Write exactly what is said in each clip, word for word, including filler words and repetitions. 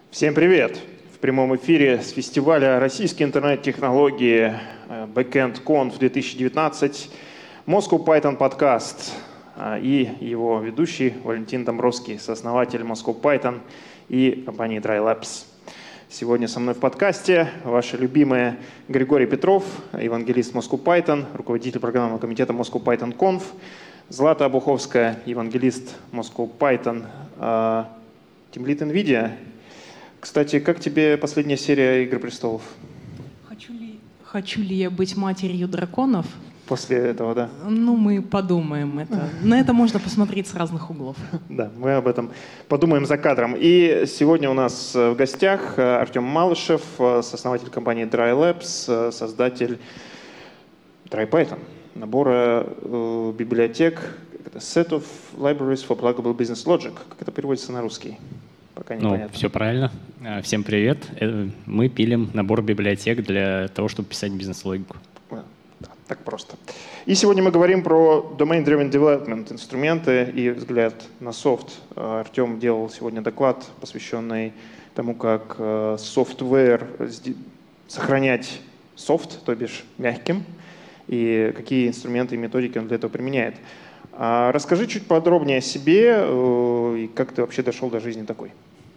Всем привет! В прямом эфире с фестиваля «Российские интернет-технологии Backend Conf две тысячи девятнадцать» Moscow Python подкаст и его ведущий Валентин Домбровский, сооснователь Moscow Python и компании Dry Labs. Сегодня со мной в подкасте ваши любимые Григорий Петров, евангелист Moscow Python, руководитель программного комитета Moscow Python Conf, Злата Обуховская, евангелист Moscow Python, тимлид NVIDIA. Кстати, как тебе последняя серия «Игры престолов»? Хочу ли, хочу ли я быть матерью драконов? После этого, да. Ну, мы подумаем. Это. На это можно посмотреть с разных углов. Да, мы об этом подумаем за кадром. И сегодня у нас в гостях Артем Малышев, сооснователь компании Dry Labs, создатель DryPython, набора э, библиотек, Set of Libraries for Pluggable Business Logic. Как это переводится на русский? Пока ну, непонятно. Все правильно. Всем привет. Мы пилим набор библиотек для того, чтобы писать бизнес-логику. Да, так просто. И сегодня мы говорим про Domain-Driven Development, инструменты и взгляд на софт. Артем делал сегодня доклад, посвященный тому, как софтвер сохранять софт, то бишь мягким, и какие инструменты и методики он для этого применяет. Расскажи чуть подробнее о себе и как ты вообще дошел до жизни такой.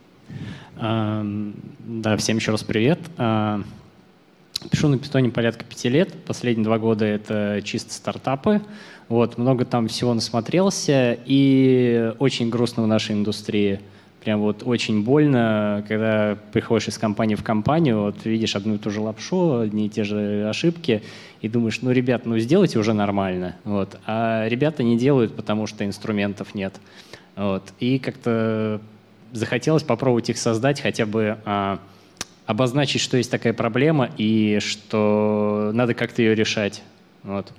Да, всем еще раз привет. Пишу на Python порядка пяти лет. Последние два года это чисто стартапы. Вот, много там всего насмотрелся, и очень грустно в нашей индустрии. Прям вот очень больно, когда приходишь из компании в компанию, вот видишь одну и ту же лапшу, одни и те же ошибки, и думаешь, ну, ребят, ну, сделайте уже нормально. Вот. А ребята не делают, потому что инструментов нет. Вот. И как-то захотелось попробовать их создать, хотя бы а, обозначить, что есть такая проблема и что надо как-то ее решать. Вот.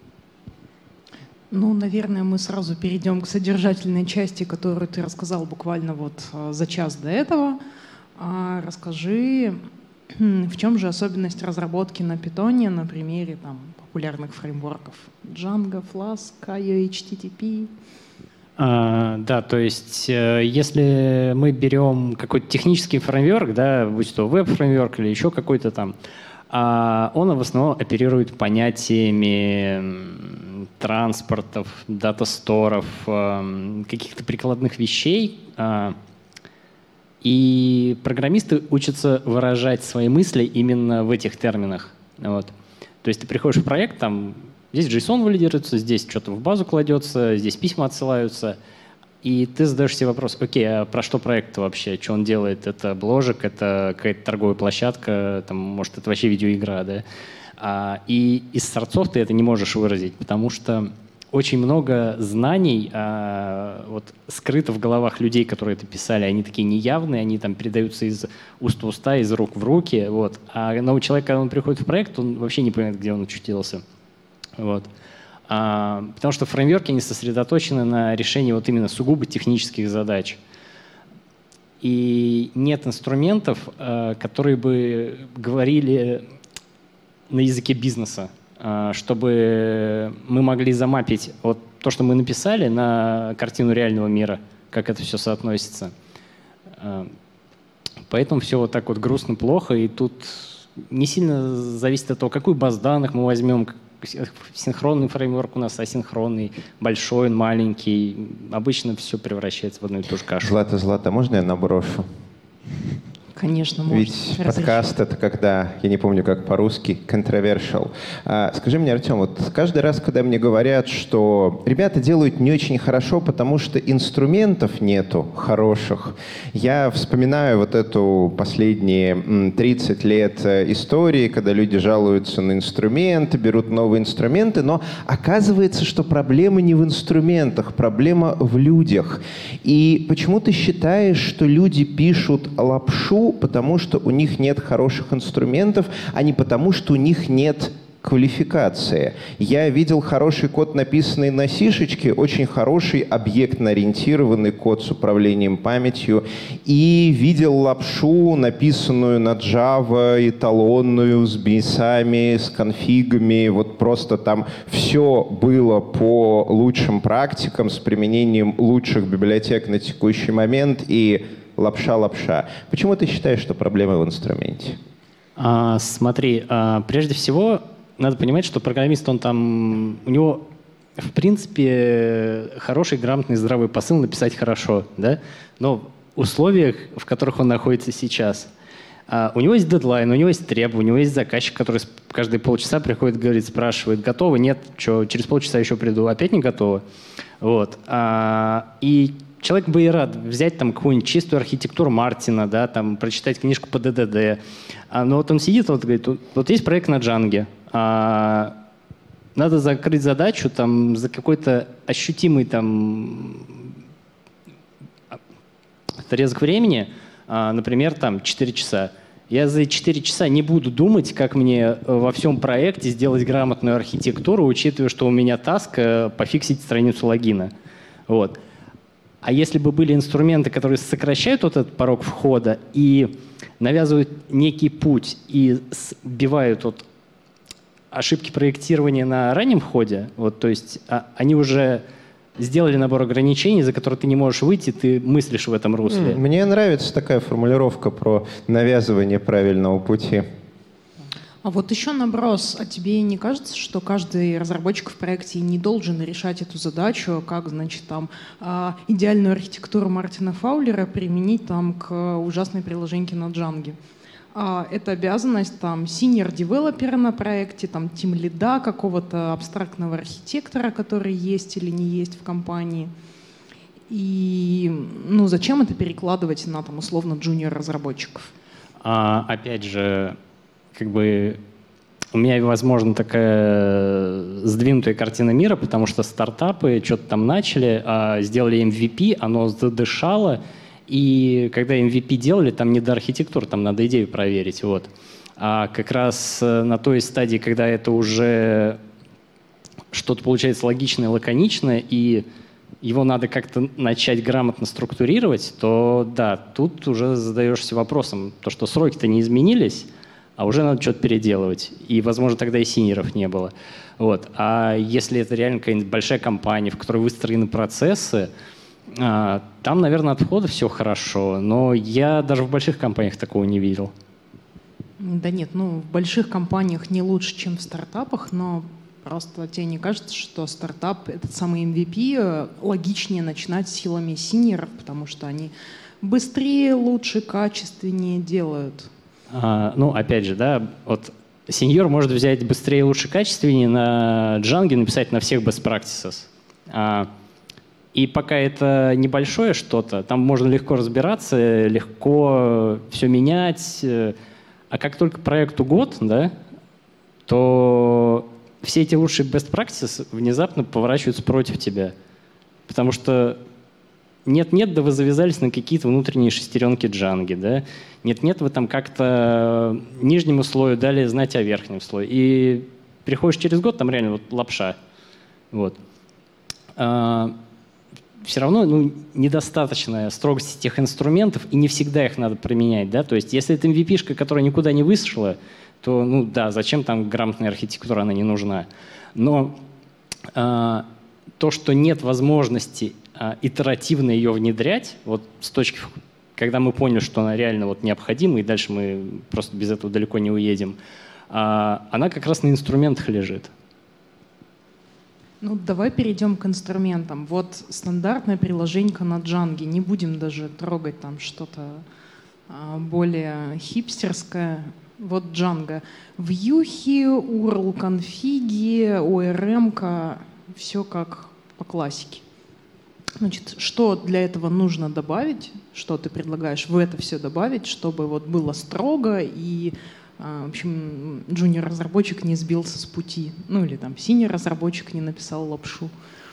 Ну, наверное, мы сразу перейдем к содержательной части, которую ты рассказал буквально вот за час до этого. А расскажи, в чем же особенность разработки на Python на примере там, популярных фреймворков Django, Flask, ай о эйч ти ти пи? А, да, то есть если мы берем какой-то технический фреймворк, да, будь то веб-фреймворк или еще какой-то там, он в основном оперирует понятиями транспортов, дата-сторов, каких-то прикладных вещей. И программисты учатся выражать свои мысли именно в этих терминах. Вот. То есть ты приходишь в проект, там здесь JSON валидируется, здесь что-то в базу кладется, здесь письма отсылаются. И ты задаешь себе вопрос, окей, а про что проект вообще? Что он делает? Это бложек, это какая-то торговая площадка, там, может, это вообще видеоигра, да? А, и из сорцов ты это не можешь выразить, потому что очень много знаний а, вот, скрыто в головах людей, которые это писали. Они такие неявные, они там передаются из уст в уста, из рук в руки. Вот. А у человека, когда он приходит в проект, он вообще не понимает, где он очутился. Вот. А, потому что фреймворки не сосредоточены на решении вот именно сугубо технических задач. И нет инструментов, а, которые бы говорили на языке бизнеса, а, чтобы мы могли замапить вот то, что мы написали, на картину реального мира, как это все соотносится. А, поэтому все вот так вот грустно, плохо, и тут не сильно зависит от того, какую базу данных мы возьмем. Синхронный фреймворк у нас асинхронный, большой, маленький. Обычно все превращается в одну и ту же кашу. Злата, Злата, можно я наброшу? Конечно, можно. Ведь подкаст — это когда, я не помню, как по-русски, controversial. А, скажи мне, Артем, вот каждый раз, когда мне говорят, что ребята делают не очень хорошо, потому что инструментов нету хороших, я вспоминаю вот эту последние тридцать лет истории, когда люди жалуются на инструменты, берут новые инструменты, но оказывается, что проблема не в инструментах, проблема в людях. И почему ты считаешь, что люди пишут лапшу, потому что у них нет хороших инструментов, а не потому, что у них нет квалификации? Я видел хороший код, написанный на сишечке, очень хороший объектно-ориентированный код с управлением памятью, и видел лапшу, написанную на Java, эталонную, с бейсами, с конфигами. Вот просто там все было по лучшим практикам, с применением лучших библиотек на текущий момент, и лапша-лапша. Почему ты считаешь, что проблема в инструменте? А, смотри, а, прежде всего, надо понимать, что программист, он там, у него, в принципе, хороший, грамотный, здравый посыл написать хорошо, да? Но в условиях, в которых он находится сейчас, а, у него есть дедлайн, у него есть требования, у него есть заказчик, который каждые полчаса приходит, говорит, спрашивает, готовы? Нет, что, через полчаса еще приду, опять не готово? Вот. А, и человек бы и рад взять там какую-нибудь чистую архитектуру Мартина, да, там, прочитать книжку по ди ди ди. А, но вот он сидит, вот говорит, вот есть проект на Django, а, надо закрыть задачу там, за какой-то ощутимый там, отрезок времени, а, например, там, четыре часа. Я за четыре часа не буду думать, как мне во всем проекте сделать грамотную архитектуру, учитывая, что у меня таск пофиксить страницу логина. Вот. А если бы были инструменты, которые сокращают вот этот порог входа и навязывают некий путь и сбивают вот ошибки проектирования на раннем входе, вот, то есть а, они уже сделали набор ограничений, за которые ты не можешь выйти, ты мыслишь в этом русле. Мне нравится такая формулировка про навязывание правильного пути. А вот еще наброс. А тебе не кажется, что каждый разработчик в проекте не должен решать эту задачу, как, значит, там идеальную архитектуру Мартина Фаулера применить там к ужасной приложеньке на Django? А это обязанность там senior-девелопера на проекте, там тимлида, какого-то абстрактного архитектора, который есть или не есть в компании. И ну, зачем это перекладывать на там условно джуниор-разработчиков? А, опять же, как бы у меня, возможно, такая сдвинутая картина мира, потому что стартапы что-то там начали, а сделали эм ви пи, оно задышало, и когда эм ви пи делали, там не до архитектуры, там надо идею проверить. Вот. А как раз на той стадии, когда это уже что-то получается логичное, лаконичное, и его надо как-то начать грамотно структурировать, то да, тут уже задаешься вопросом, то, что сроки-то не изменились, а уже надо что-то переделывать. И, возможно, тогда и синеров не было. Вот. А если это реально какая-нибудь большая компания, в которой выстроены процессы, там, наверное, от входа все хорошо. Но я даже в больших компаниях такого не видел. Да нет, ну в больших компаниях не лучше, чем в стартапах, но просто тебе не кажется, что стартап, этот самый эм ви пи, логичнее начинать силами синеров, потому что они быстрее, лучше, качественнее делают? А, ну, опять же, да, вот сеньор может взять быстрее, лучше, качественнее на Django, написать на всех best practices. А, и пока это небольшое что-то, там можно легко разбираться, легко все менять. А как только проекту год, да, то все эти лучшие best practices внезапно поворачиваются против тебя. Потому что нет-нет, да вы завязались на какие-то внутренние шестеренки Django, да? Нет-нет, вы там как-то нижнему слою дали знать о верхнем слое. И приходишь через год, там реально вот лапша. Вот. А, все равно ну, недостаточно строгости тех инструментов, и не всегда их надо применять, да? То есть если это эм ви пи-шка, которая никуда не вышла, то, ну да, зачем там грамотная архитектура, она не нужна. Но а, то, что нет возможности а, итеративно ее внедрять, вот с точки, когда мы поняли, что она реально вот необходима, и дальше мы просто без этого далеко не уедем, а, она как раз на инструментах лежит. Ну, давай перейдем к инструментам. Вот стандартное приложенье на Django, не будем даже трогать там что-то а, более хипстерское. Вот Django. Вьюхи, ю ар эл-конфиги, о эр эм-ка, все как по классике. Значит, что для этого нужно добавить, что ты предлагаешь в это все добавить, чтобы вот было строго и, в общем, джуниор-разработчик не сбился с пути, ну или там синьор-разработчик не написал лапшу?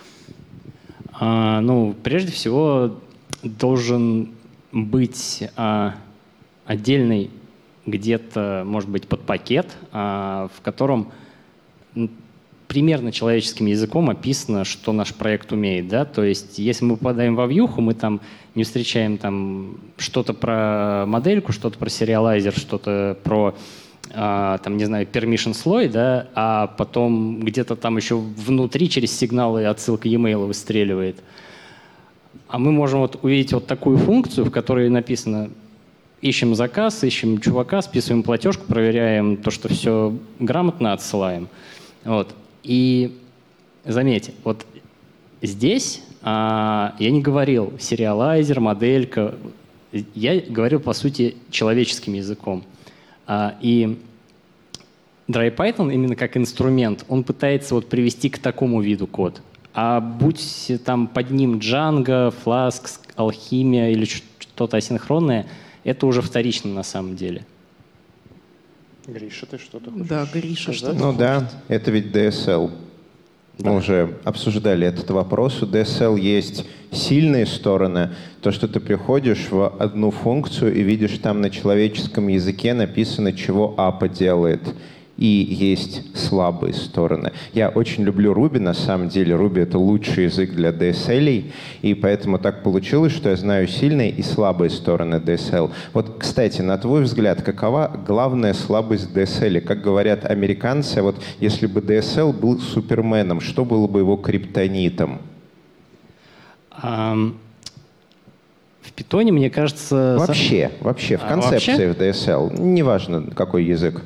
А, ну, прежде всего должен быть а, отдельный где-то, может быть, под пакет, а, в котором примерно человеческим языком описано, что наш проект умеет, да, то есть если мы попадаем во вьюху, мы там не встречаем там что-то про модельку, что-то про сериалайзер, что-то про, а, там, не знаю, permission слой, да, а потом где-то там еще внутри через сигналы отсылка e-mail выстреливает. А мы можем вот увидеть вот такую функцию, в которой написано: ищем заказ, ищем чувака, списываем платежку, проверяем то, что все грамотно, отсылаем. Вот. И заметьте, вот здесь а, я не говорил сериалайзер, моделька. Я говорил, по сути, человеческим языком. А, и DryPython именно как инструмент, он пытается вот привести к такому виду код. А будь там под ним Django, Flask, Alchemia или что-то асинхронное, это уже вторично на самом деле. Гриша, ты что-то хочешь Да, Гриша, что-то Ну хочет. да, это ведь ди эс эл. Да. Мы уже обсуждали этот вопрос. У ди эс эл есть сильные стороны. То, что ты приходишь в одну функцию и видишь там на человеческом языке написано, чего апа делает. И есть слабые стороны. Я очень люблю Ruby, на самом деле. Ruby — это лучший язык для ди эс эл, и поэтому так получилось, что я знаю сильные и слабые стороны ди эс эл. Вот, кстати, на твой взгляд, какова главная слабость ди эс эл? Как говорят американцы, вот если бы ди эс эл был суперменом, что было бы его криптонитом? Um... В питоне, мне кажется... Вообще, вообще, в А, концепции вообще? в ди эс эл. Неважно, какой язык.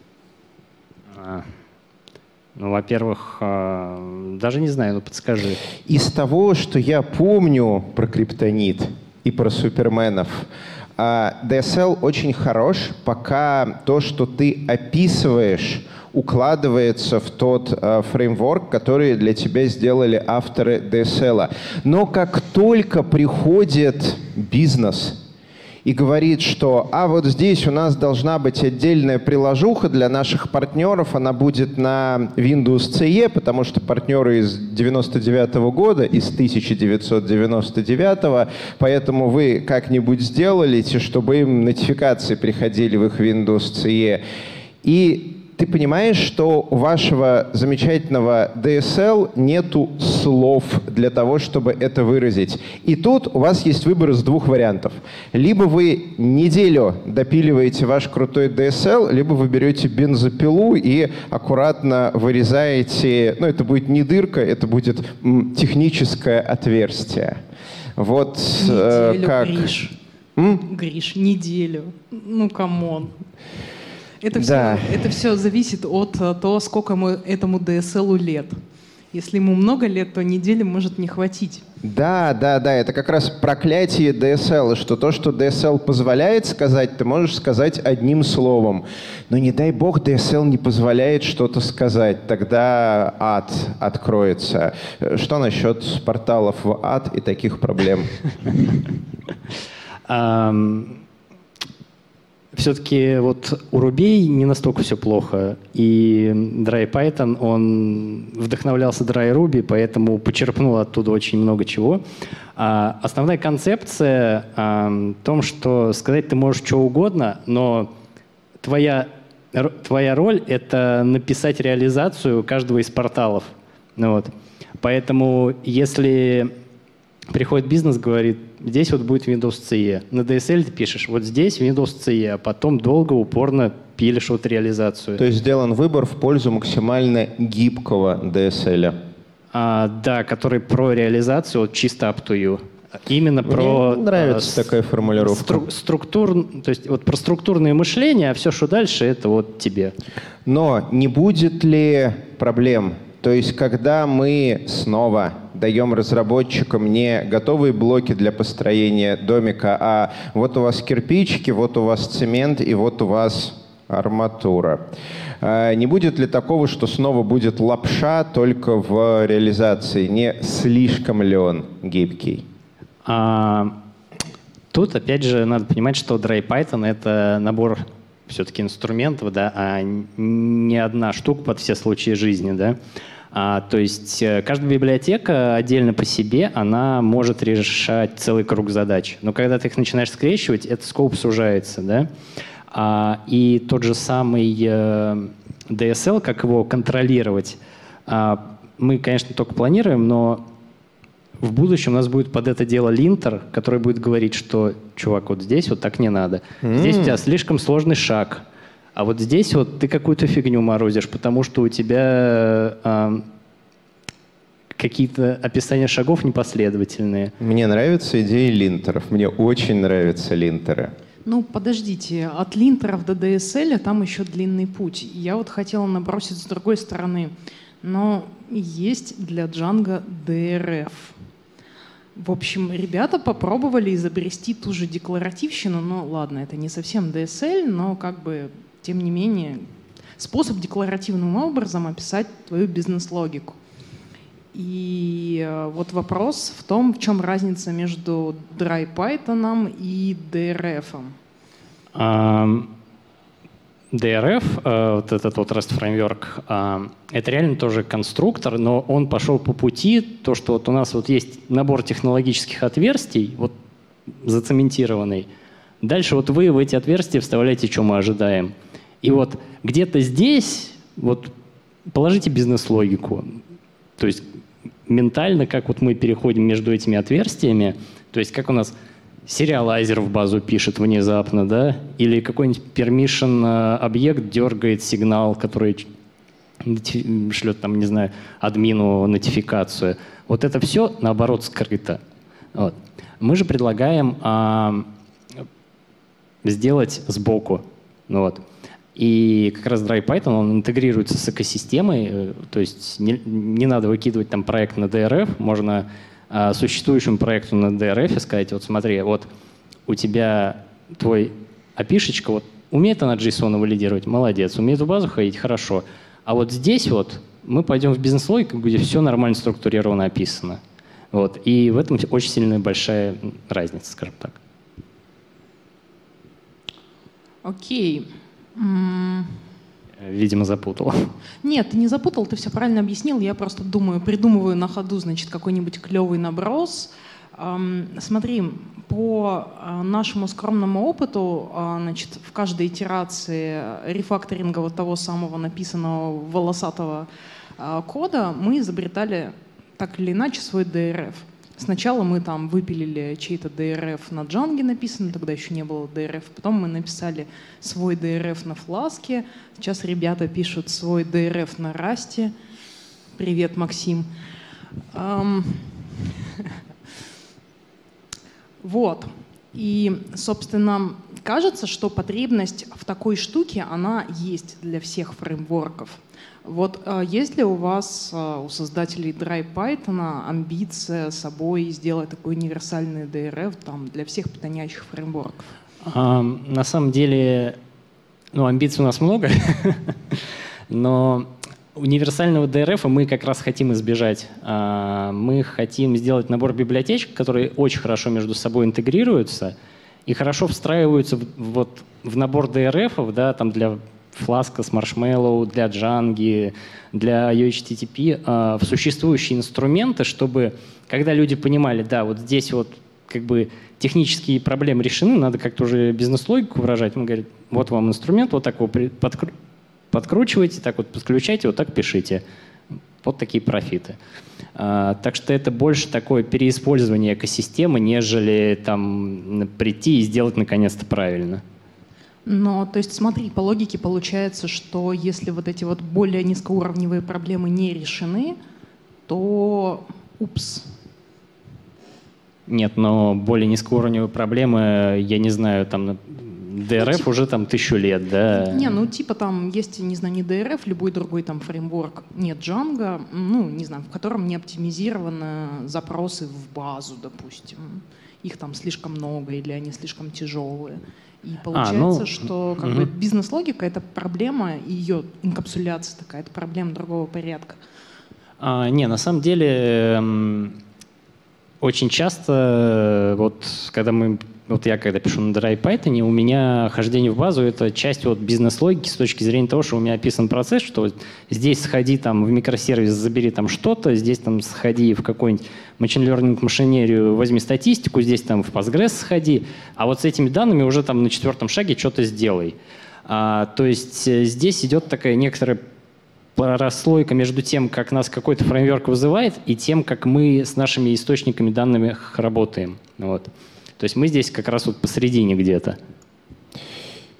Ну, во-первых, даже не знаю, ну подскажи. Из того, что я помню про криптонит и про суперменов, ди эс эл очень хорош, пока то, что ты описываешь, укладывается в тот э, фреймворк, который для тебя сделали авторы ди эс эл. Но как только приходит бизнес и говорит, что а вот здесь у нас должна быть отдельная приложуха для наших партнеров, она будет на Windows си и, потому что партнеры из девяносто девятого года, из тысяча девятьсот девяносто девятого, поэтому вы как-нибудь сделаете, чтобы им нотификации приходили в их Windows си и. И ты понимаешь, что у вашего замечательного ди эс эл нету слов для того, чтобы это выразить. И тут у вас есть выбор из двух вариантов. Либо вы неделю допиливаете ваш крутой ди эс эл, либо вы берете бензопилу и аккуратно вырезаете, ну это будет не дырка, это будет м, техническое отверстие. Вот э, Неделю, как... Гриш. М? Гриш, неделю. Ну, камон. Это Да. все, это все зависит от а, того, сколько ему, этому ди эс эл лет. Если ему много лет, то недели может не хватить. Да, да, да, это как раз проклятие ди эс эл, что то, что ди эс эл позволяет сказать, ты можешь сказать одним словом. Но не дай бог ди эс эл не позволяет что-то сказать, тогда ад откроется. Что насчет порталов в ад и таких проблем? Все-таки вот у Ruby не настолько все плохо, и DryPython, он вдохновлялся DryRuby, поэтому почерпнул оттуда очень много чего. А основная концепция а, в том, что сказать ты можешь что угодно, но твоя, твоя роль — это написать реализацию каждого из порталов. Ну, вот. Поэтому если приходит бизнес, говорит, здесь вот будет Windows си и. На ди эс эл ты пишешь, вот здесь Windows си и, а потом долго, упорно пилишь вот реализацию. То есть сделан выбор в пользу максимально гибкого ди эс эл. А, да, который про реализацию, вот чисто up to you. Именно Мне про... нравится а, такая формулировка. Стру, структур, то есть вот про структурное мышление, а все, что дальше, это вот тебе. Но не будет ли проблем? То есть, когда мы снова даем разработчикам не готовые блоки для построения домика, а вот у вас кирпичики, вот у вас цемент и вот у вас арматура. Не будет ли такого, что снова будет лапша только в реализации? Не слишком ли он гибкий? А, тут, опять же, надо понимать, что DryPython — это набор все-таки инструментов, да, а не одна штука под все случаи жизни, да. А, то есть каждая библиотека отдельно по себе, она может решать целый круг задач. Но когда ты их начинаешь скрещивать, этот скоп сужается, да. А, и тот же самый э, ди эс эл, как его контролировать, а, мы, конечно, только планируем, но в будущем у нас будет под это дело линтер, который будет говорить, что, чувак, вот здесь вот так не надо. Mm. Здесь у тебя слишком сложный шаг. А вот здесь вот ты какую-то фигню морозишь, потому что у тебя, а, какие-то описания шагов непоследовательные. Мне нравятся идеи линтеров. Мне очень нравятся линтеры. Ну, подождите, от линтеров до ди эс эл там еще длинный путь. Я вот хотела набросить с другой стороны. Но есть для Django ди эр эф. В общем, ребята попробовали изобрести ту же декларативщину. Ну, ладно, это не совсем ди эс эл, но как бы, тем не менее, способ декларативным образом описать твою бизнес-логику. И вот вопрос в том, в чем разница между DryPython и ди эр эф. Um... ди эр эф, вот этот вот REST Framework, это реально тоже конструктор, но он пошел по пути, то, что вот у нас вот есть набор технологических отверстий, вот зацементированный. Дальше вот вы в эти отверстия вставляете, что мы ожидаем. И вот где-то здесь вот положите бизнес-логику. То есть ментально, как вот мы переходим между этими отверстиями, то есть как у нас сериалайзер в базу пишет внезапно, да, или какой-нибудь permission объект дергает сигнал, который шлет, там, не знаю, админу нотификацию. Вот это все, наоборот, скрыто. Вот. Мы же предлагаем а, сделать сбоку. Ну, вот. И как раз DryPython, он интегрируется с экосистемой, то есть не, не надо выкидывать там проект на ди эр эф, можно существующему проекту на ди эр эф сказать, вот смотри, вот у тебя твой эй пи ай-шечка, вот умеет она JSON валидировать, молодец, умеет в базу ходить, хорошо. А вот здесь вот мы пойдем в бизнес-логику, где все нормально структурировано описано. Вот. И в этом очень сильная большая разница, скажем так. Окей. Видимо, запутал. Нет, ты не запутал, ты все правильно объяснил. Я просто думаю, придумываю на ходу, значит, какой-нибудь клевый наброс. Эм, смотри, по э, нашему скромному опыту, э, значит, в каждой итерации рефакторинга вот того самого написанного волосатого э, кода мы изобретали так или иначе свой ди эр эф. Сначала мы там выпилили чей-то ди эр эф на Django написано, тогда еще не было ди эр эф. Потом мы написали свой ди эр эф на Flask. Сейчас ребята пишут свой ди эр эф на Rust. Привет, Максим. Um, вот. И, собственно, кажется, что потребность в такой штуке, она есть для всех фреймворков. Вот а есть ли у вас, у создателей DryPython, амбиция собой сделать такой универсальный ди эр эф там, для всех питонящих фреймворков? А, на самом деле, ну, амбиций у нас много, но универсального ди эр эф мы как раз хотим избежать. А, мы хотим сделать набор библиотечек, которые очень хорошо между собой интегрируются и хорошо встраиваются в, вот, в набор ди эр эф, да, там для Flask с Marshmallow, для Django, для эй эйч ти ти пи, э, в существующие инструменты, чтобы, когда люди понимали, да, вот здесь вот как бы технические проблемы решены, надо как-то уже бизнес-логику выражать. Он говорит, вот вам инструмент, вот так его подкру- подкручивайте, так вот подключайте, вот так пишите. Вот такие профиты. А, так что это больше такое переиспользование экосистемы, нежели там прийти и сделать наконец-то правильно. Но, то есть, смотри, по логике получается, что если вот эти вот более низкоуровневые проблемы не решены, то упс. Нет, но более низкоуровневые проблемы, я не знаю, там ди эр эф ну, типа, уже там тысячу лет, да? Не, ну типа там есть, не знаю, не ди эр эф, любой другой там фреймворк, нет Django, ну, не знаю, в котором не оптимизированы запросы в базу, допустим. Их там слишком много или они слишком тяжелые. И получается, а, ну, что как угу. бы, бизнес-логика — это проблема, и ее инкапсуляция такая, это проблема другого порядка. А, не, на самом деле, эм, очень часто, вот когда мы, вот я когда пишу на DryPython, у меня хождение в базу — это часть вот бизнес-логики с точки зрения того, что у меня описан процесс, что вот здесь сходи там в микросервис, забери там что-то, здесь там сходи в какой-нибудь machine learning машинерию, возьми статистику, здесь там в Postgres сходи, а вот с этими данными уже там на четвертом шаге что-то сделай. А, то есть здесь идет такая некоторая прослойка между тем, как нас какой-то фреймворк вызывает, и тем, как мы с нашими источниками данных работаем. Вот. То есть мы здесь как раз вот посередине где-то.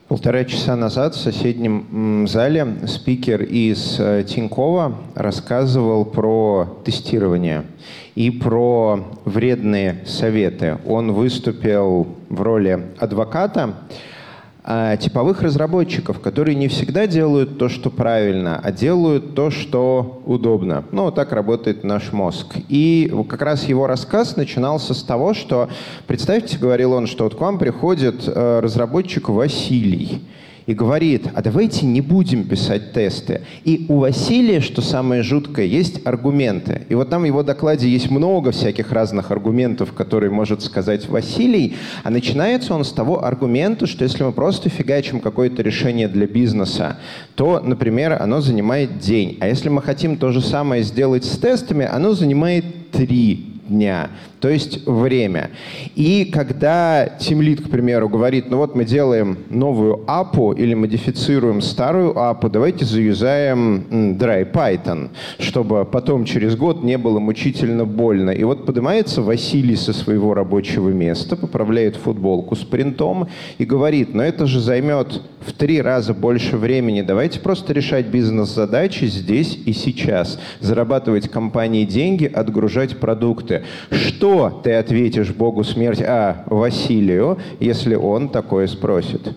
Полтора часа назад в соседнем зале спикер из Тинькова рассказывал про тестирование и про вредные советы. Он выступил в роли адвоката типовых разработчиков, которые не всегда делают то, что правильно, а делают то, что удобно. Ну, вот так работает наш мозг. И как раз его рассказ начинался с того, что, представьте, говорил он, что вот к вам приходит разработчик Василий и говорит: а давайте не будем писать тесты. И у Василия, что самое жуткое, есть аргументы. И вот там в его докладе есть много всяких разных аргументов, которые может сказать Василий. А начинается он с того аргумента, что если мы просто фигачим какое-то решение для бизнеса, то, например, оно занимает день. А если мы хотим то же самое сделать с тестами, оно занимает три дня, то есть время. И когда тимлид, к примеру, говорит: ну вот мы делаем новую апу или модифицируем старую апу, давайте заюзаем Dry Python, чтобы потом через год не было мучительно больно. И вот поднимается Василий со своего рабочего места, поправляет футболку с принтом и говорит: ну это же займет в три раза больше времени, давайте просто решать бизнес-задачи здесь и сейчас, зарабатывать компании деньги, отгружать продукты. Что ты ответишь Богу смерть, а Василию, если он такое спросит?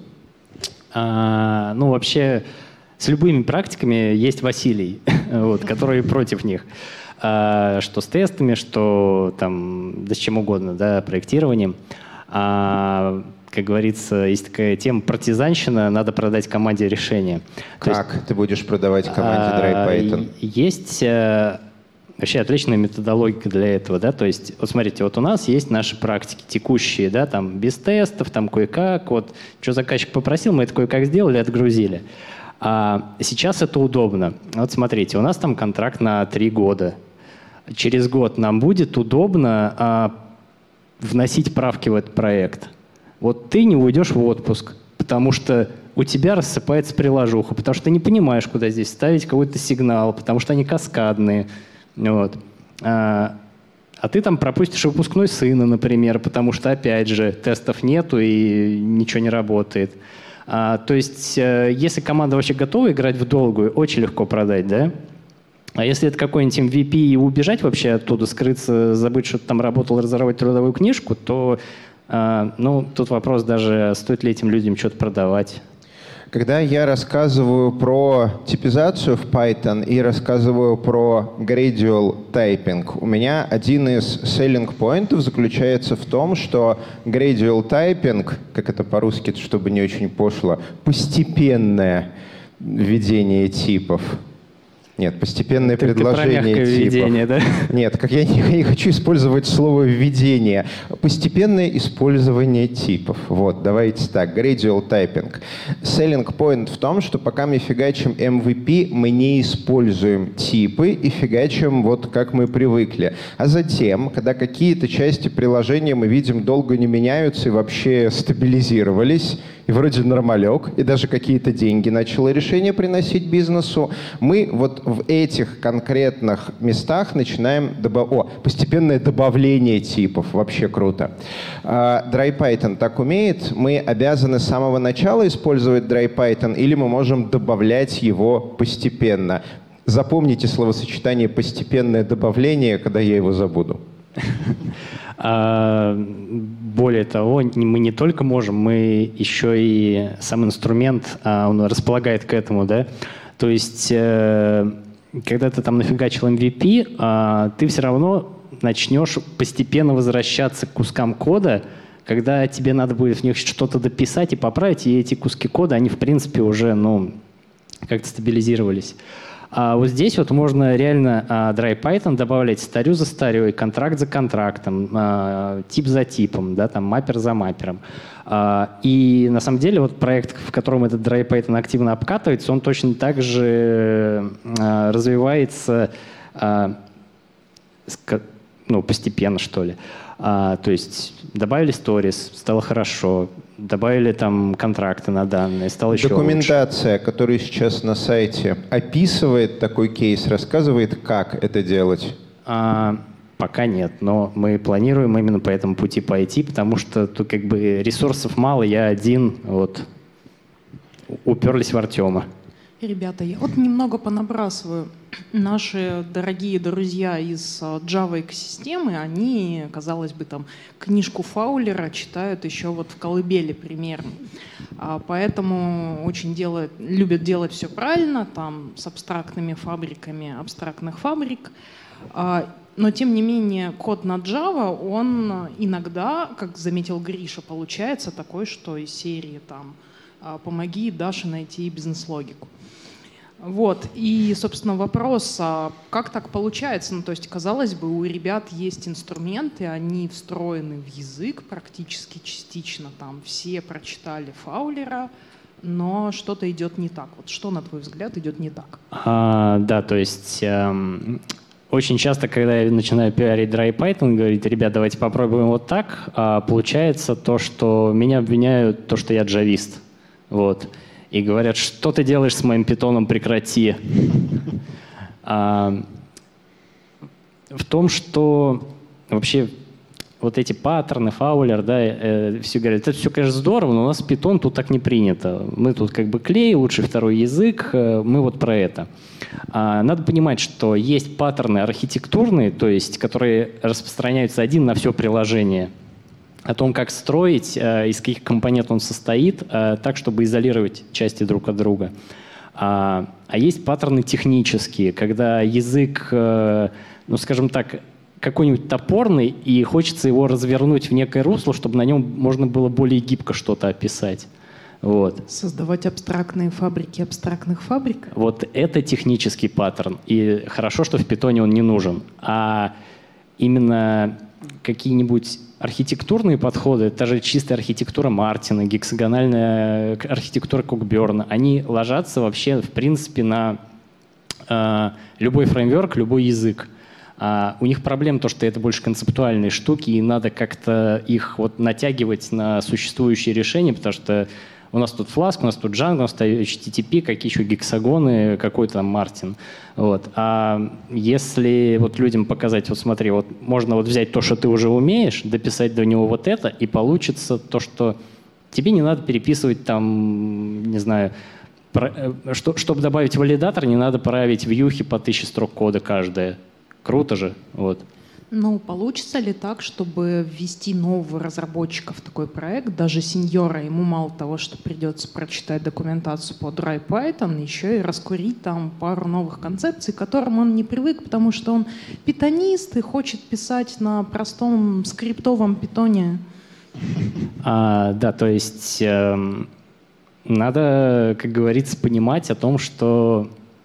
А, ну, вообще, с любыми практиками есть Василий, вот, который против них. А, что с тестами, что там, да с чем угодно, да, проектированием. А, как говорится, есть такая тема партизанщина, надо продать команде решение. Как есть, ты будешь продавать команде Dry Python? Есть вообще отличная методология для этого, да, то есть, вот смотрите, вот у нас есть наши практики текущие, да, там, без тестов, там, кое-как, вот, что заказчик попросил, мы это кое-как сделали, отгрузили. А сейчас это удобно. Вот смотрите, у нас там контракт на три года. Через год нам будет удобно а, вносить правки в этот проект. Вот ты не уйдешь в отпуск, потому что у тебя рассыпается приложуха, потому что ты не понимаешь, куда здесь ставить какой-то сигнал, потому что они каскадные. Вот. А, а ты там пропустишь выпускной сына, например, потому что, опять же, тестов нету и ничего не работает. А, то есть, если команда вообще готова играть в долгую, очень легко продать, да? А если это какой-нибудь эм ви пи и убежать вообще оттуда, скрыться, забыть, что ты там работал, разорвать трудовую книжку, то а, ну, тут вопрос даже, стоит ли этим людям что-то продавать. Когда я рассказываю про типизацию в Python и рассказываю про gradual typing, у меня один из selling point'ов заключается в том, что gradual typing, как это по-русски, чтобы не очень пошло, постепенное введение типов. Нет, постепенное ты, предложение ты про типов. Введение, да? Нет, как я не, я не хочу использовать слово «введение». Постепенное использование типов. Вот, давайте так. Gradual typing. Selling point в том, что пока мы фигачим эм ви пи, мы не используем типы и фигачим вот как мы привыкли. А затем, когда какие-то части приложения мы видим долго не меняются и вообще стабилизировались, и вроде нормалек, и даже какие-то деньги начало решение приносить бизнесу, мы вот в этих конкретных местах начинаем добав... О, постепенное добавление типов. Вообще круто. Uh, Dry Python так умеет. Мы обязаны с самого начала использовать Dry Python, или мы можем добавлять его постепенно. Запомните словосочетание «постепенное добавление», когда я его забуду. Более того, мы не только можем, мы еще и сам инструмент, он располагает к этому, да. То есть, когда ты там нафигачил эм ви пи, ты все равно начнешь постепенно возвращаться к кускам кода, когда тебе надо будет в них что-то дописать и поправить, и эти куски кода, они в принципе уже, ну, как-то стабилизировались. А вот здесь вот можно реально а, Dry Python добавлять старю за старей, контракт за контрактом, а, тип за типом, да, там, маппер за маппером. А, и на самом деле вот проект, в котором этот Dry Python активно обкатывается, он точно так же а, развивается а, ну, постепенно, что ли. А, то есть добавили сторис, стало хорошо, добавили там контракты на данные, стало еще Документация, лучше. которая сейчас на сайте, описывает такой кейс, рассказывает, как это делать? А, пока нет, но мы планируем именно по этому пути пойти, потому что тут как бы ресурсов мало, я один, вот. уперлись в Артема. Ребята, я вот немного понабрасываю. Наши дорогие друзья из Java экосистемы, они, казалось бы, там книжку Фаулера читают еще вот в колыбели примерно. А поэтому очень делают, любят делать все правильно, там с абстрактными фабриками абстрактных фабрик. А, но тем не менее код на Java, он иногда, как заметил Гриша, получается такой, что из серии там «Помоги Даше найти бизнес-логику». Вот, и, собственно, вопрос, а как так получается? Ну, то есть, казалось бы, у ребят есть инструменты, они встроены в язык практически частично, там все прочитали Фаулера, но что-то идет не так. Вот что, на твой взгляд, идет не так? А, да, то есть эм, очень часто, когда я начинаю пиарить DryPython, говорить, ребят, давайте попробуем вот так, а получается то, что меня обвиняют, то, что я джавист. Вот. И говорят, что ты делаешь с моим питоном, прекрати. А, в том, что вообще вот эти паттерны, фаулер, да, э, все говорят, это все, конечно, здорово, но у нас питон тут так не принято. Мы тут как бы клей, лучший второй язык, э, мы вот про это. А, надо понимать, что есть паттерны архитектурные, то есть, которые распространяются один на все приложение. О том, как строить, э, из каких компонентов он состоит, э, так, чтобы изолировать части друг от друга. А, а есть паттерны технические, когда язык, э, ну, скажем так, какой-нибудь топорный, и хочется его развернуть в некое русло, чтобы на нем можно было более гибко что-то описать. Вот. Создавать абстрактные фабрики абстрактных фабрик? Вот это технический паттерн. И хорошо, что в питоне он не нужен. А именно какие-нибудь архитектурные подходы, та же чистая архитектура Мартина, гексагональная архитектура Кокберна, они ложатся вообще, в принципе, на э, любой фреймворк, любой язык. А у них проблема то, что это больше концептуальные штуки, и надо как-то их вот натягивать на существующие решения, потому что у нас тут Flask, у нас тут Django, у нас тут эйч ти ти пи, какие еще гексагоны, какой там Мартин. Вот. А если вот людям показать, вот смотри, вот можно вот взять то, что ты уже умеешь, дописать до него вот это, и получится то, что тебе не надо переписывать там, не знаю, про, что, чтобы добавить валидатор, не надо править вьюхи по тысяче строк кода каждая. Круто же, вот. Ну, получится ли так, чтобы ввести нового разработчика в такой проект, даже сеньора, ему мало того, что придется прочитать документацию по DryPython, еще и раскурить там пару новых концепций, к которым он не привык, потому что он питонист и хочет писать на простом скриптовом питоне? А, да, то есть э, надо, как говорится, понимать о том, что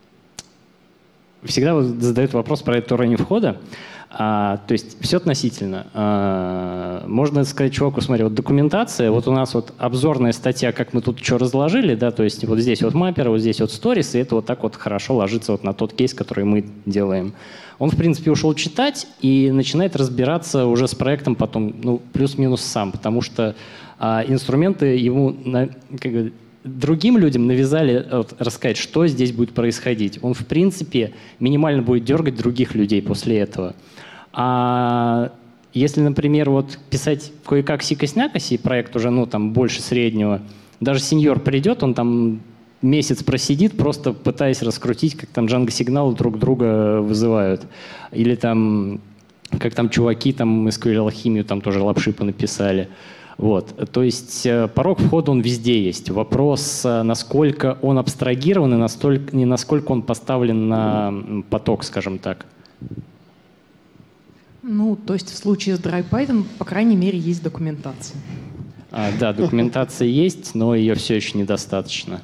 всегда задают вопрос про этот уровень входа. А, то есть все относительно. А, можно сказать чуваку, смотри, вот документация, вот у нас вот обзорная статья, как мы тут что разложили, да, то есть вот здесь вот маппер, вот здесь вот сторис, и это вот так вот хорошо ложится вот на тот кейс, который мы делаем. Он, в принципе, ушел читать и начинает разбираться уже с проектом потом, ну, плюс-минус сам, потому что а, инструменты ему, на, как бы, другим людям навязали вот, рассказать, что здесь будет происходить. Он, в принципе, минимально будет дергать других людей после этого. А если, например, вот писать кое-как сикость-накость, проект уже ну, там, больше среднего, даже сеньор придет, он там месяц просидит, просто пытаясь раскрутить, как там Django-сигналы друг друга вызывают. Или там, как там чуваки там эс кью эль-алхимию там тоже лапши понаписали. Вот. То есть порог входа он везде есть. Вопрос, насколько он абстрагирован и настолько, не насколько он поставлен на поток, скажем так. Ну, то есть в случае с DryPython, по крайней мере, есть документация. А, да, документация есть, но ее все еще недостаточно.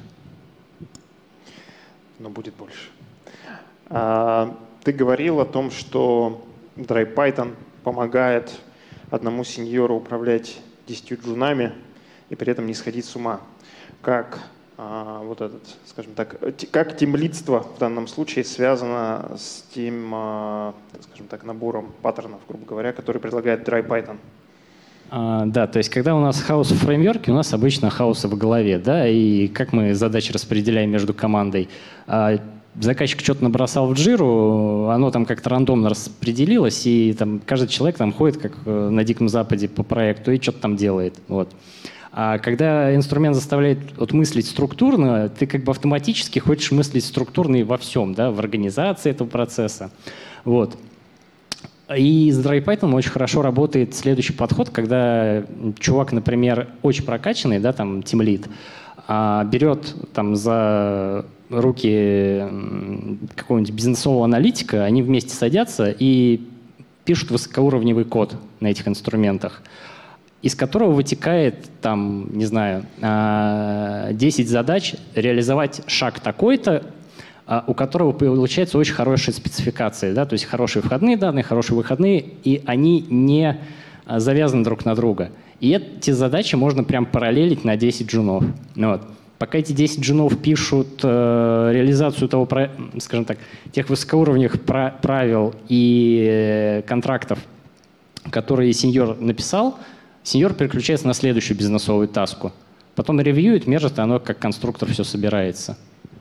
Но будет больше. А, ты говорил о том, что DryPython помогает одному сеньору управлять десятью джунами и при этом не сходить с ума. Как а, вот этот, скажем так, как тимлидство в данном случае связано с тем, а, скажем так, набором паттернов, грубо говоря, который предлагает DryPython? А, да, то есть когда у нас хаосы в фреймворке, у нас обычно хаосы в голове, да, и как мы задачи распределяем между командой. А, заказчик что-то набросал в джиру, оно там как-то рандомно распределилось, и там каждый человек там ходит как на Диком Западе по проекту и что-то там делает. Вот. А когда инструмент заставляет вот, мыслить структурно, ты как бы автоматически хочешь мыслить структурно и во всем, да, в организации этого процесса. Вот. И с DryPython очень хорошо работает следующий подход, когда чувак, например, очень прокачанный, да, там, тимлид, берет там за руки какого-нибудь бизнесового аналитика, они вместе садятся и пишут высокоуровневый код на этих инструментах, из которого вытекает, там, не знаю, десять задач реализовать шаг такой-то, у которого получается очень хорошая спецификация, да, то есть хорошие входные данные, хорошие выходные, и они не завязаны друг на друга. И эти задачи можно прям параллелить на десять джунов. Вот. Пока эти десять джунов пишут э, реализацию того, скажем так, тех высокоуровневых правил и э, контрактов, которые сеньор написал, сеньор переключается на следующую бизнесовую таску. Потом ревьюет, мержит, и оно как конструктор все собирается.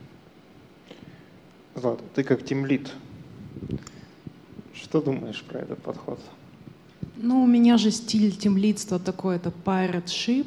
Влад, ты как тимлид, что думаешь про этот подход? Ну, у меня же стиль тимлидства такой, это pirate ship,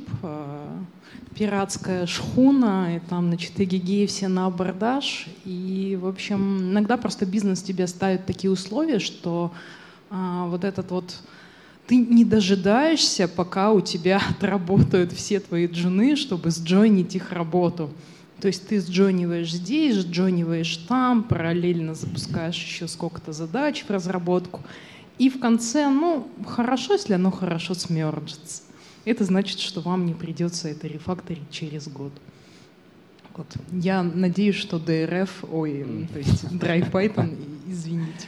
пиратская шхуна, и там, значит, эгегеи все на абордаж. И, в общем, иногда просто бизнес тебе ставит такие условия, что а, вот этот вот... Ты не дожидаешься, пока у тебя отработают все твои джуны, чтобы сджойнить их работу. То есть ты сджойниваешь здесь, сджойниваешь там, параллельно запускаешь еще сколько-то задач в разработку. И в конце, ну, хорошо, если оно хорошо смерджится. Это значит, что вам не придется это рефакторить через год. Вот. Я надеюсь, что ди эр эф, ой, то есть DryPython, извините,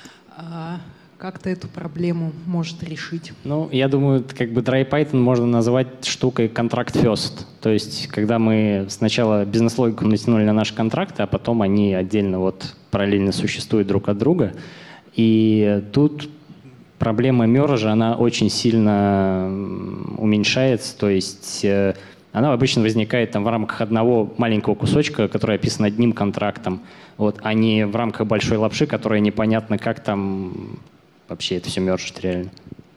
как-то эту проблему может решить. Ну, я думаю, как бы DryPython можно назвать штукой contract first. То есть, когда мы сначала бизнес-логику натянули на наши контракты, а потом они отдельно вот параллельно существуют друг от друга. И тут проблема мержа, она очень сильно уменьшается. То есть э, она обычно возникает там в рамках одного маленького кусочка, который описан одним контрактом, вот, а не в рамках большой лапши, которая непонятно, как там вообще это все мержит реально.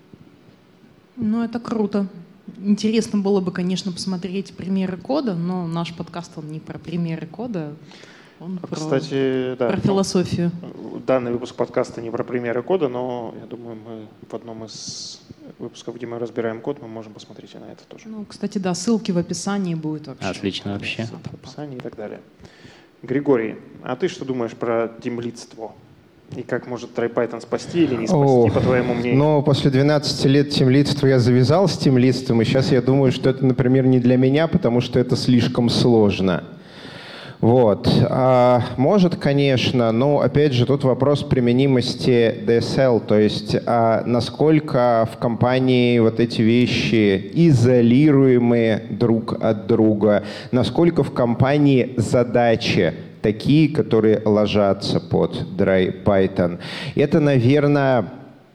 Ну, это круто. Интересно было бы, конечно, посмотреть примеры кода, но наш подкаст, он не про примеры кода, он про, Кстати, да, про философию. Данный выпуск подкаста не про примеры кода, но я думаю, мы в одном из выпусков, где мы разбираем код, мы можем посмотреть и на это тоже. Ну, кстати, да, ссылки в описании будут вообще. Отлично вообще. Ссылки в описании и так далее. Григорий, а ты что думаешь про тимлидство? И как может DryPython спасти или не спасти, О, по твоему мнению? Ну, после двенадцати лет тимлидства я завязал с тимлидством, и сейчас я думаю, что это, например, не для меня, потому что это слишком сложно. Вот. А, может, конечно, но, опять же, тут вопрос применимости ди эс эл, то есть а насколько в компании вот эти вещи изолируемые друг от друга, насколько в компании задачи такие, которые ложатся под DryPython. Это, наверное,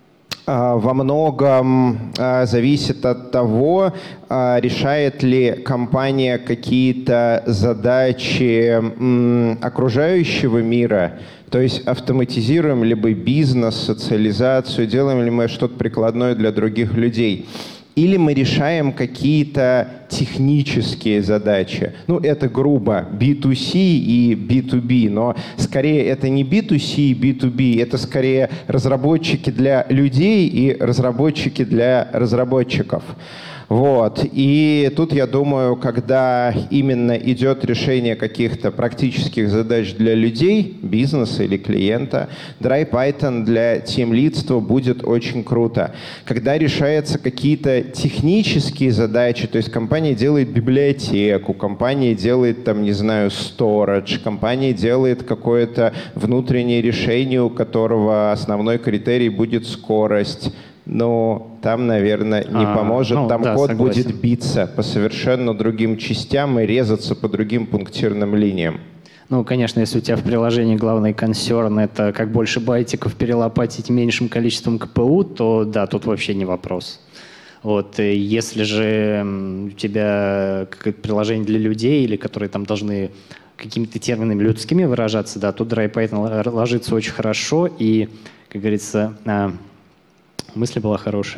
во многом зависит от того, решает ли компания какие-то задачи окружающего мира, то есть автоматизируем ли мы бизнес, социализацию, делаем ли мы что-то прикладное для других людей. Или мы решаем какие-то технические задачи. Ну, это грубо би ту си и би ту би, но скорее это не би ту си и би ту би, это скорее разработчики для людей и разработчики для разработчиков. Вот. И тут, я думаю, когда именно идет решение каких-то практических задач для людей, бизнеса или клиента, DryPython для тимлидства будет очень круто. Когда решаются какие-то технические задачи, то есть компания делает библиотеку, компания делает, там, не знаю, storage, компания делает какое-то внутреннее решение, у которого основной критерий будет скорость, но там, наверное, не а, поможет. Ну, там да, код согласен. Будет биться по совершенно другим частям и резаться по другим пунктирным линиям. Ну, конечно, если у тебя в приложении главный консерн — это как больше байтиков перелопатить меньшим количеством ка пэ у, то да, тут вообще не вопрос. Вот. И если же у тебя какое-то приложение для людей, или которые там должны какими-то терминами людскими выражаться, да, тут DryPython ложится очень хорошо, и, как говорится, мысль была хорошая.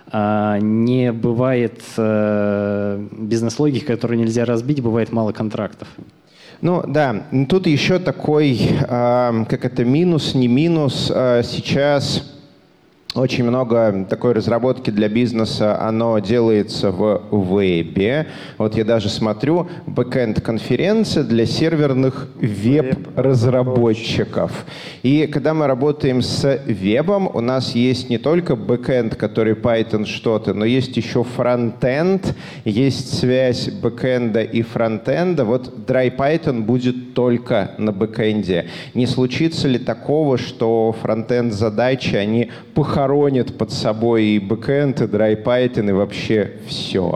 Не бывает бизнес-логики, которую нельзя разбить, бывает мало контрактов. Ну да, тут еще такой, как это, минус, не минус. Сейчас очень много такой разработки для бизнеса, оно делается в вебе. Вот я даже смотрю, бэкэнд-конференция для серверных веб-разработчиков. И когда мы работаем с вебом, у нас есть не только бэкэнд, который Python что-то, но есть еще фронтенд, есть связь бэкэнда и фронтенда. Вот DryPython будет только на бэкэнде. Не случится ли такого, что фронтенд-задачи, они похоронят хоронит под собой и бэкэнд, и DryPython, и вообще все?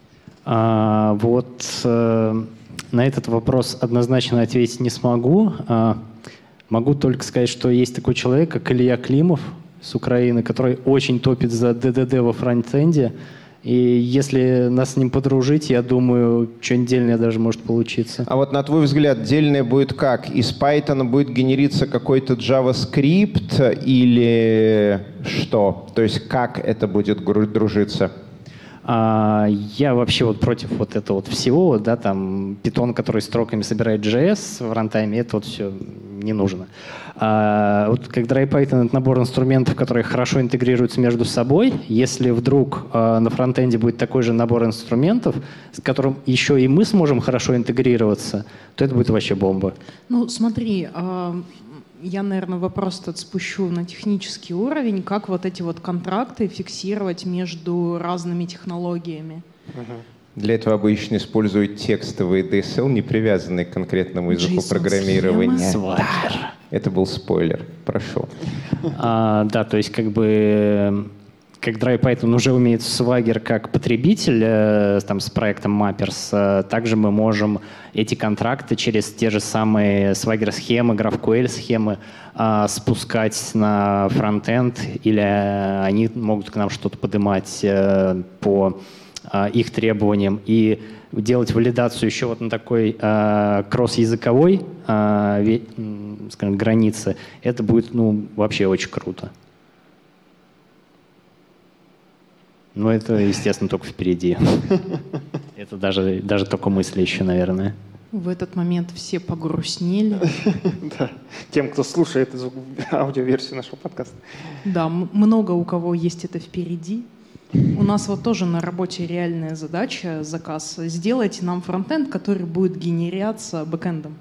А, вот э, на этот вопрос однозначно ответить не смогу. А, могу только сказать, что есть такой человек, как Илья Климов с Украины, который очень топит за ди ди ди во фронтенде. И если нас с ним подружить, я думаю, что-нибудь дельное даже может получиться. А вот на твой взгляд, дельное будет как? Из Python будет генериться какой-то JavaScript или что? То есть как это будет дружиться? А, я вообще вот против вот этого вот всего, да, там Python, который строками собирает джей эс в рантайме, это вот все не нужно. А, вот как DryPython — это набор инструментов, которые хорошо интегрируются между собой. Если вдруг а, на фронтенде будет такой же набор инструментов, с которым еще и мы сможем хорошо интегрироваться, то это будет вообще бомба. Ну, смотри, а... я, наверное, вопрос этот спущу на технический уровень. Как вот эти вот контракты фиксировать между разными технологиями? Для этого обычно используют текстовые ди эс эл, не привязанные к конкретному языку программирования. Swagger. Это был спойлер. Прошу. А, да, то есть как бы как DryPython уже умеет Swagger как потребитель э, там, с проектом Mappers, э, также мы можем эти контракты через те же самые Swagger-схемы, GraphQL-схемы э, спускать на фронтенд, или э, они могут к нам что-то поднимать э, по э, их требованиям и делать валидацию еще вот на такой э, кросс-языковой э, ве, скажем, границе. Это будет ну, вообще очень круто. Ну, это, естественно, только впереди. Это даже, даже только мысли еще, наверное. В этот момент все погрустнели. Да. Тем, кто слушает аудиоверсию нашего подкаста. Да, много у кого есть это впереди. У нас вот тоже на работе реальная задача, заказ. Сделайте нам фронтенд, который будет генерироваться бэкэндом.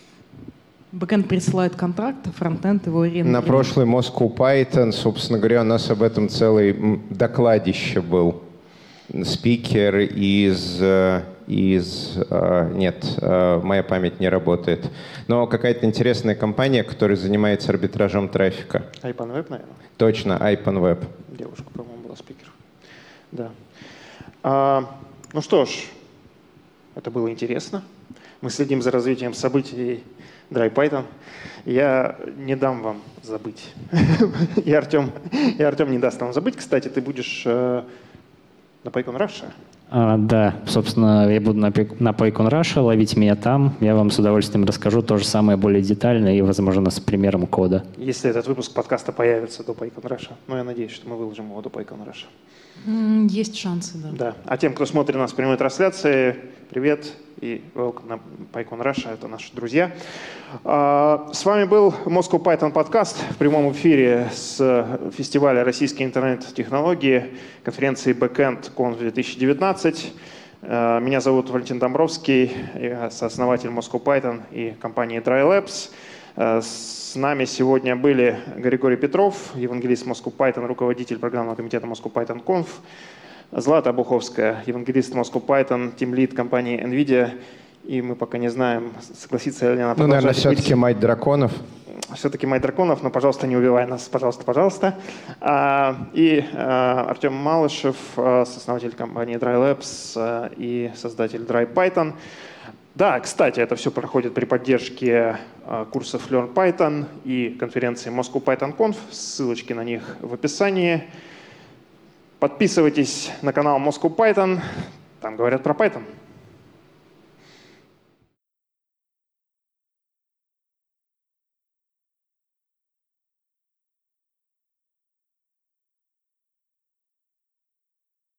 Бэкэнд присылает контракт, а фронтенд его рендерит. На прошлый Moscow Python, собственно говоря, у нас об этом целый докладище был. Спикер из... из нет, моя память не работает. Но какая-то интересная компания, которая занимается арбитражом трафика. IPONWeb, наверное? Точно, IPONWeb. Девушка, по-моему, была спикер. Да. А, ну что ж, это было интересно. Мы следим за развитием событий DryPython. Я не дам вам забыть. И Артем, и Артем не даст вам забыть. Кстати, ты будешь э, на PyCon Russia. А, да, собственно, я буду на, на PyCon Russia, ловите меня там. Я вам с удовольствием расскажу то же самое более детально и, возможно, с примером кода. Если этот выпуск подкаста появится до PyCon Russia. Но я надеюсь, что мы выложим его до PyCon Russia. Есть шансы, да. Да. А тем, кто смотрит нас в прямой трансляции, привет и welcome на PyCon Russia. Это наши друзья. С вами был Moscow Python подкаст в прямом эфире с фестиваля «Российские интернет-технологии», конференции Backend Conf две тысячи девятнадцать. Меня зовут Валентин Домбровский, я сооснователь Moscow Python и компании DryLabs. С нами сегодня были Григорий Петров, евангелист Moscow Python, руководитель программного комитета Moscow Python Conf, Злата Обуховская, евангелист Moscow Python, тимлид компании NVIDIA. И мы пока не знаем, согласится ли она продолжать. Ну, наверное, все-таки быть... мать драконов. Все-таки мать драконов, но, пожалуйста, не убивай нас, пожалуйста, пожалуйста. А, и а, Артем Малышев, сооснователь компании DryLabs а, и создатель DryPython. Да, кстати, это все проходит при поддержке а, курсов Learn Python и конференции Moscow Python Conf. Ссылочки на них в описании. Подписывайтесь на канал Moscow Python, там говорят про Python.